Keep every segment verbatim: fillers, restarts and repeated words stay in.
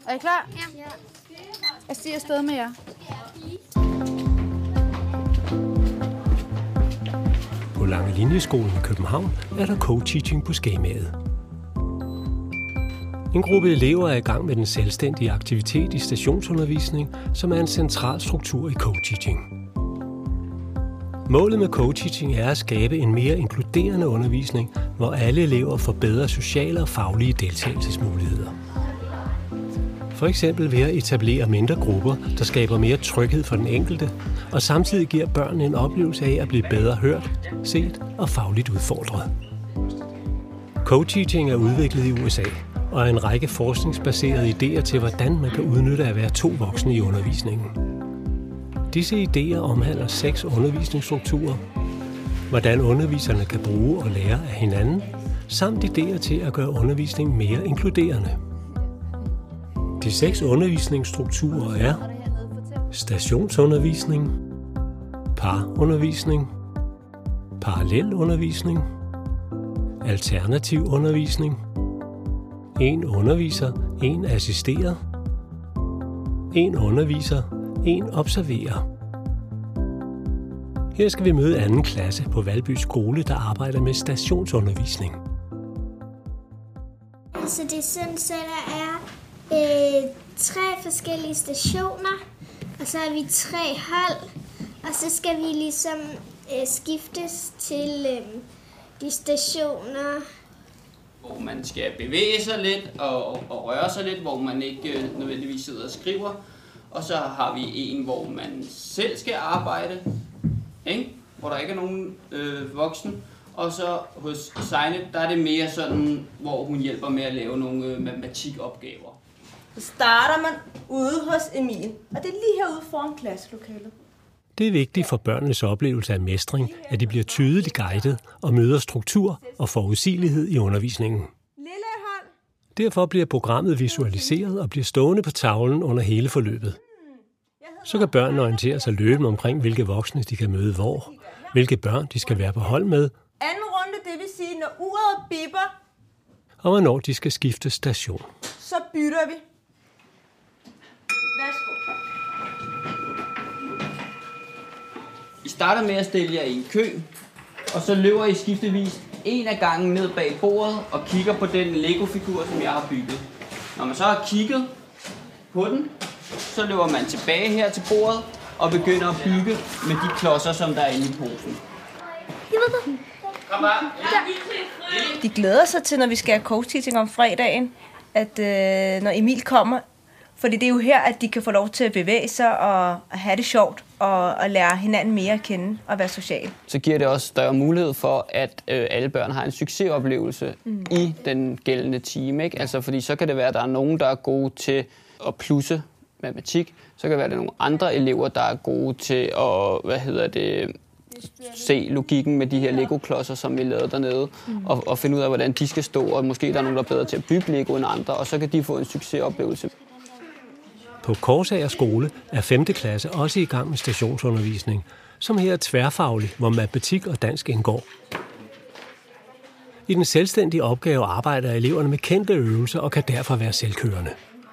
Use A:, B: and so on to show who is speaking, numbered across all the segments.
A: Er I klar? Ja. Jeg stiger afsted med jer.
B: På Langelinjeskolen i København er der co-teaching på skemaet. En gruppe elever er i gang med den selvstændige aktivitet i stationsundervisning, som er en central struktur i co-teaching. Målet med co-teaching er at skabe en mere inkluderende undervisning, hvor alle elever får bedre sociale og faglige deltagelsesmuligheder. For eksempel ved at etablere mindre grupper, der skaber mere tryghed for den enkelte, og samtidig giver børnene en oplevelse af at blive bedre hørt, set og fagligt udfordret. Co-teaching er udviklet i U S A, og er en række forskningsbaserede idéer til, hvordan man kan udnytte at være to voksne i undervisningen. Disse idéer omhandler seks undervisningsstrukturer, hvordan underviserne kan bruge og lære af hinanden, samt idéer til at gøre undervisningen mere inkluderende. De seks undervisningsstrukturer er stationsundervisning, parundervisning, parallelundervisning, alternativ undervisning, en underviser, en assisterer, en underviser, en observerer. Her skal vi møde anden klasse på Valby Skole, der arbejder med stationsundervisning.
C: Så det er sådan, så der er øh, tre forskellige stationer, og så er vi tre hold, og så skal vi ligesom øh, skiftes til øh, de stationer.
D: Hvor man skal bevæge sig lidt og, og, og røre sig lidt, hvor man ikke øh, nødvendigvis sidder og skriver. Og så har vi en, hvor man selv skal arbejde, ikke? Hvor der ikke er nogen øh, voksen. Og så hos Sejne, der er det mere sådan, hvor hun hjælper med at lave nogle øh, matematikopgaver.
E: Så starter man ude hos Emil, og det er lige herude foran klasselokalet.
B: Det er vigtigt for børnenes oplevelse af mestring, at de bliver tydeligt guidet og møder struktur og forudsigelighed i undervisningen. Derfor bliver programmet visualiseret og bliver stående på tavlen under hele forløbet. Så kan børnene orientere sig løbende omkring, hvilke voksne de kan møde hvor, hvilke børn de skal være på hold med,
E: anden runde, det vil sige, når uret bipper,
B: og hvornår de skal skifte station.
E: Så bytter vi. Værsgo.
D: I starter med at stille jer i en kø, og så løber I skiftevis en af gangen ned bag bordet og kigger på den Lego-figur, som jeg har bygget. Når man så har kigget på den, så løber man tilbage her til bordet og begynder at bygge med de klodser, som der er inde i posen. Kom bare.
E: De glæder sig til, når vi skal have co-teaching om fredagen, at øh, når Emil kommer, fordi det er jo her, at de kan få lov til at bevæge sig og have det sjovt og, og lære hinanden mere at kende og være social.
D: Så giver det også større mulighed for, at øh, alle børn har en succesoplevelse mm. i den gældende time. Ikke? Altså, fordi så kan det være, at der er nogen, der er gode til at plusse matematik. Så kan det være, at der er nogle andre elever, der er gode til at, hvad hedder det, se logikken med de her Lego-klodser, som vi lavede dernede, mm. og, og finde ud af, hvordan de skal stå, og måske der er nogen, der er bedre til at bygge Lego end andre, og så kan de få en succesoplevelse.
B: På Korsager Skole er femte klasse også i gang med stationsundervisning, som her er tværfaglig, hvor matematik og dansk indgår. I den selvstændige opgave arbejder eleverne med kendte øvelser og kan derfor være selvkørende.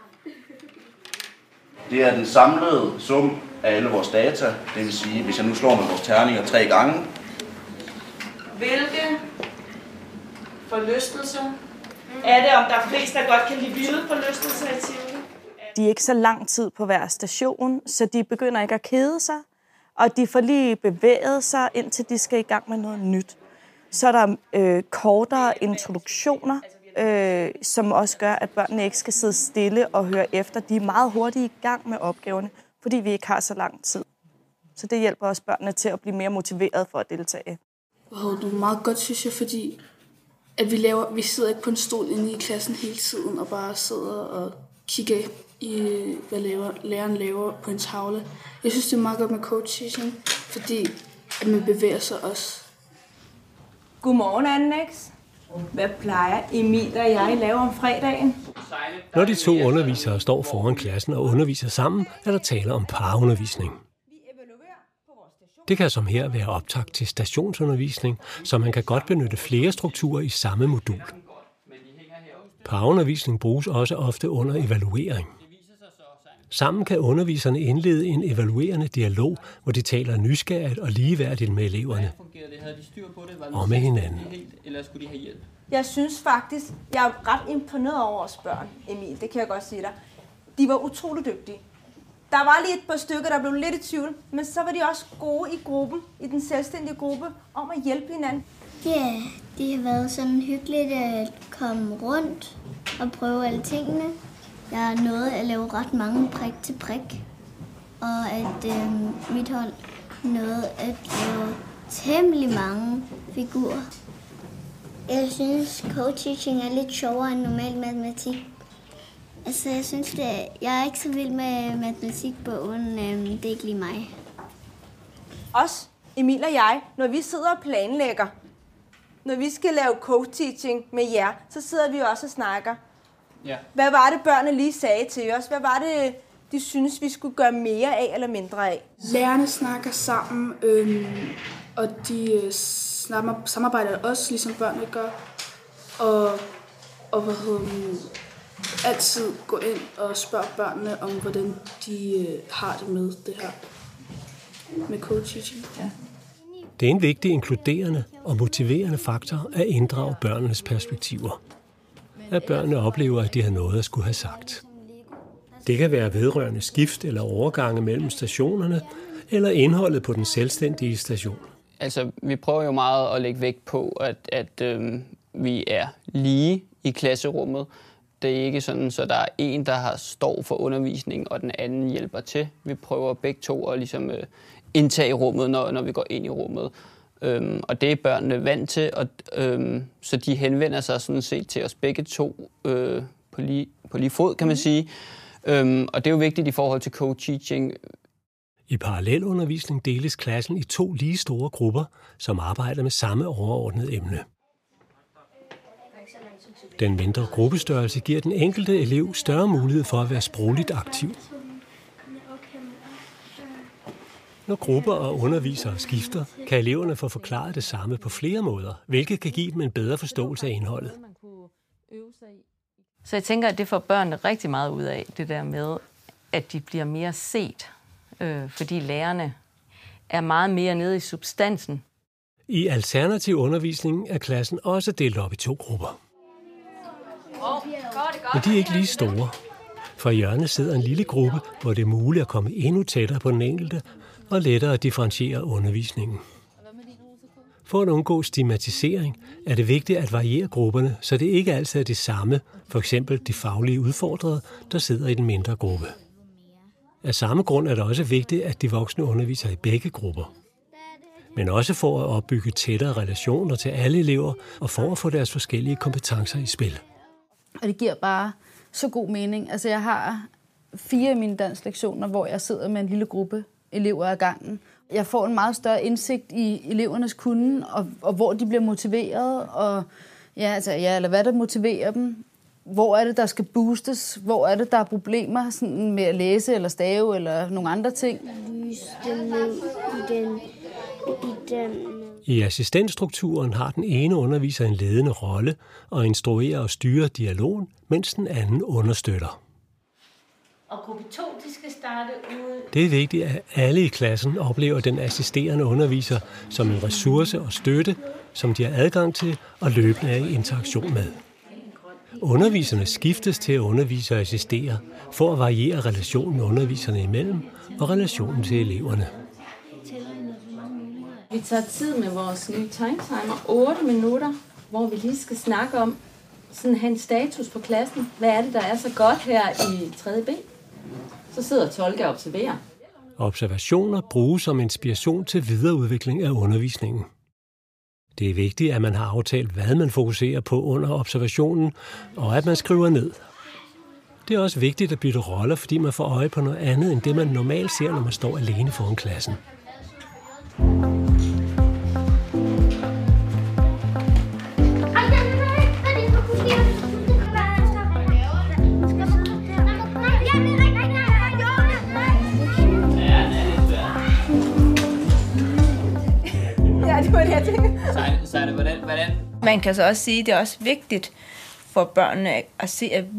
F: Det er den samlede sum af alle vores data, det vil sige, hvis jeg nu slår med vores terninger tre gange.
E: Hvilke forlystelser er det, om der er flest, der godt kan lide vilde forlystelser i Tivoli?
G: De er ikke så lang tid på hver station, så de begynder ikke at kede sig, og de får lige bevæget sig, indtil de skal i gang med noget nyt. Så er der øh, kortere introduktioner, øh, som også gør, at børnene ikke skal sidde stille og høre efter. De er meget hurtigt i gang med opgaverne, fordi vi ikke har så lang tid. Så det hjælper også børnene til at blive mere motiveret for at deltage.
H: Wow, det er meget godt, synes jeg, fordi at vi, laver, vi sidder ikke på en stol inde i klassen hele tiden og bare sidder og kigger i, hvad laver, læreren laver på en tavle. Jeg synes, det er meget godt med co-teaching, fordi at man bevæger sig også.
E: Godmorgen, Annex. Hvad plejer Emil og jeg lave om fredagen?
B: Når de to undervisere står foran klassen og underviser sammen, er der tale om parundervisning. Det kan som her være optakt til stationsundervisning, så man kan godt benytte flere strukturer i samme modul. Parundervisning bruges også ofte under evaluering. Sammen kan underviserne indlede en evaluerende dialog, hvor de taler nysgerrigt og ligeværdigt med eleverne og med hinanden.
D: Eller skulle de have hjælp?
E: Jeg synes faktisk, jeg er ret imponeret over vores børn, Emil. Det kan jeg godt sige dig. De var utrolig dygtige. Der var lige et par stykker, der blev lidt i tvivl, men så var de også gode i gruppen, i den selvstændige gruppe, om at hjælpe hinanden.
C: Ja, det har været sådan hyggeligt at komme rundt og prøve alle tingene. Jeg har nået at lave ret mange prik til prik, og at øh, mit hold nåede at lave temmelig mange figurer. Jeg synes, co-teaching er lidt sjovere end normal matematik. Altså, jeg synes, det, jeg er ikke så vild med matematikbogen. Øh, det er ikke lige mig.
E: Os, Emil og jeg, når vi sidder og planlægger, når vi skal lave co-teaching med jer, så sidder vi også og snakker.
D: Ja.
E: Hvad var det, børnene lige sagde til os? Hvad var det, de synes, vi skulle gøre mere af eller mindre af?
H: Lærerne snakker sammen, øhm, og de øh, snakker, samarbejder også, ligesom børnene gør. Og, og hvad hedder man, altid gå ind og spørge børnene om, hvordan de øh, har det med det her. Med co-teaching. Ja.
B: Det er en vigtig inkluderende og motiverende faktor at inddrage børnenes perspektiver. At børnene oplever, at de har noget at skulle have sagt. Det kan være vedrørende skift eller overgange mellem stationerne, eller indholdet på den selvstændige station.
D: Altså, vi prøver jo meget at lægge vægt på, at, at øhm, vi er lige i klasserummet. Det er ikke sådan, så der er en, der har står for undervisning, og den anden hjælper til. Vi prøver begge to at ligesom, øh, indtage rummet, når, når vi går ind i rummet. Øhm, og det er børnene vant til, og, øhm, så de henvender sig sådan set til os begge to øh, på, lige, på lige fod, kan man sige. Øhm, og det er jo vigtigt i forhold til co-teaching.
B: I parallelundervisning deles klassen i to lige store grupper, som arbejder med samme overordnede emne. Den mindre gruppestørrelse giver den enkelte elev større mulighed for at være sprogligt aktiv. Når grupper og undervisere skifter, kan eleverne få forklaret det samme på flere måder, hvilket kan give dem en bedre forståelse af indholdet.
I: Så jeg tænker, at det får børnene rigtig meget ud af, det der med, at de bliver mere set, øh, fordi lærerne er meget mere nede i substansen.
B: I alternativ undervisning er klassen også delt op i to grupper. Men de er ikke lige store. For i hjørnet sidder en lille gruppe, hvor det er muligt at komme endnu tættere på den enkelte og lettere at differentiere undervisningen. For at undgå stigmatisering er det vigtigt at variere grupperne, så det ikke altid er det samme, for eksempel de faglige udfordrede, der sidder i den mindre gruppe. Af samme grund er det også vigtigt, at de voksne underviser i begge grupper. Men også for at opbygge tættere relationer til alle elever og for at få deres forskellige kompetencer i spil.
A: Og det giver bare så god mening. Altså jeg har fire af mine dansklektioner, hvor jeg sidder med en lille gruppe elever ad gangen. Jeg får en meget større indsigt i elevernes kunnen, og, og hvor de bliver motiveret, og ja, altså, ja, eller hvad der motiverer dem. Hvor er det, der skal boostes? Hvor er det, der er problemer sådan med at læse eller stave eller nogle andre ting?
B: I assistentstrukturen har den ene underviser en ledende rolle og instruerer og styrer dialogen, mens den anden understøtter.
J: Og gruppe to, de skal starte ude.
B: Det er vigtigt, at alle i klassen oplever den assisterende underviser som en ressource og støtte, som de har adgang til og løbende er i interaktion med. Underviserne skiftes til at undervise og assistere for at variere relationen underviserne imellem og relationen til eleverne.
J: Vi tager tid med vores nye time timer, otte minutter, hvor vi lige skal snakke om, sådan have en status på klassen. Hvad er det, der er så godt her i tredje B? Så sidder Tolke og observerer.
B: Observationer bruges som inspiration til videreudvikling af undervisningen. Det er vigtigt, at man har aftalt, hvad man fokuserer på under observationen, og at man skriver ned. Det er også vigtigt at bytte roller, fordi man får øje på noget andet, end det man normalt ser, når man står alene foran klassen.
E: Ja, det var det, jeg tænkte.
D: Så er det, hvordan, hvordan?
E: Man kan så også sige, at det er også vigtigt for børnene at se, at vi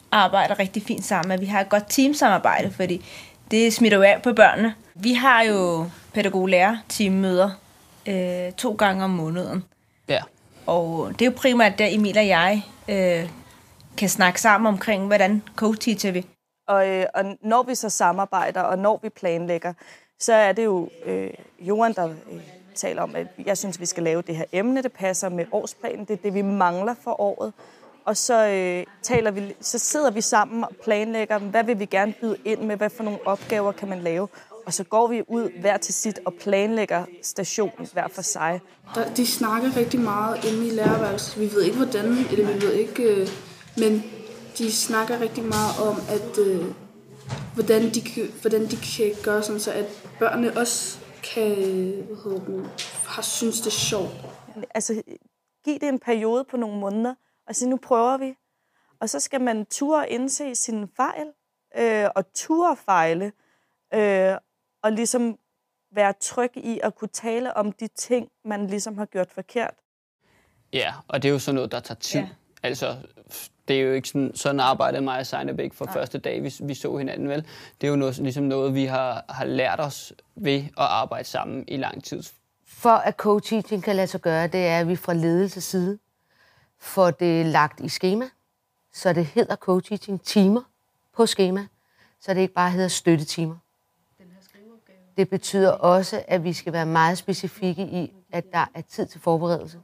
E: arbejder rigtig fint sammen, at vi har et godt teamsamarbejde, fordi det smitter jo af på børnene. Vi har jo pædagog-lærer-teammøder øh, to gange om måneden.
D: Ja.
E: Og det er jo primært der, Emil og jeg øh, kan snakke sammen omkring, hvordan co-teacher vi.
G: Og, øh, og når vi så samarbejder, og når vi planlægger, så er det jo øh, Johan, der øh, taler om, at jeg synes, vi skal lave det her emne, det passer med årsplanen, det er det, vi mangler for året. Og så, øh, taler vi, så sidder vi sammen og planlægger, hvad vil vi gerne byde ind med, hvad for nogle opgaver kan man lave. Og så går vi ud hver til sit og planlægger stationen hver for sig.
H: Der, de snakker rigtig meget inde i lærerværelset. Vi ved ikke hvordan, eller vi ved ikke, øh, men de snakker rigtig meget om, at øh, hvordan, de, hvordan de kan gøre sådan, så at børnene også kan, hvad hedder det, har synes det er sjovt.
G: Altså, giv det en periode på nogle måneder, og så nu prøver vi. Og så skal man ture indse sine fejl, øh, og ture fejle, øh, og ligesom være tryg i at kunne tale om de ting, man ligesom har gjort forkert.
D: Ja, og det er jo sådan noget, der tager tid. Ja. Altså, det er jo ikke sådan, sådan arbejdede mig og Seinebæk fra første dag, vi, vi så hinanden, vel? Det er jo noget, ligesom noget, vi har, har lært os ved at arbejde sammen i lang tid.
K: For at co-teaching kan lade sig gøre, det er, at vi fra ledelsens side får det lagt i skema, så det hedder co-teaching timer på skema, så det ikke bare hedder støttetimer. Det betyder også, at vi skal være meget specifikke i, at der er tid til forberedelse.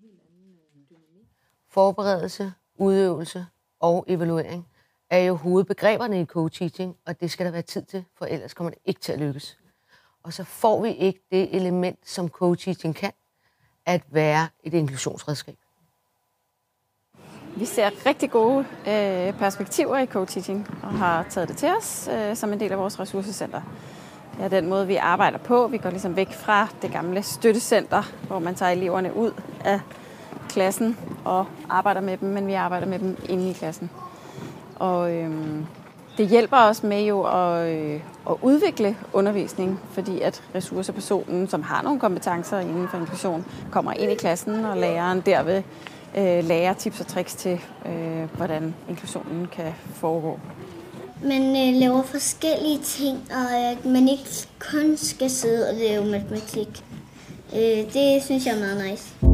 K: Forberedelse, udøvelse og evaluering er jo hovedbegreberne i co-teaching, og det skal der være tid til, for ellers kommer det ikke til at lykkes. Og så får vi ikke det element, som co-teaching kan, at være et inklusionsredskab.
L: Vi ser rigtig gode øh, perspektiver i co-teaching og har taget det til os øh, som en del af vores ressourcecenter. Det er den måde, vi arbejder på. Vi går ligesom væk fra det gamle støttecenter, hvor man tager eleverne ud af klassen og arbejder med dem, men vi arbejder med dem inde i klassen. Og øhm, det hjælper os med jo at, øh, at udvikle undervisning, fordi at ressourcepersonen, som har nogle kompetencer inden for inklusion, kommer ind i klassen, og læreren derved øh, lærer tips og tricks til, øh, hvordan inklusionen kan foregå.
C: Man øh, laver forskellige ting, og at man ikke kun skal sidde og lave matematik. Øh, det synes jeg er meget nice.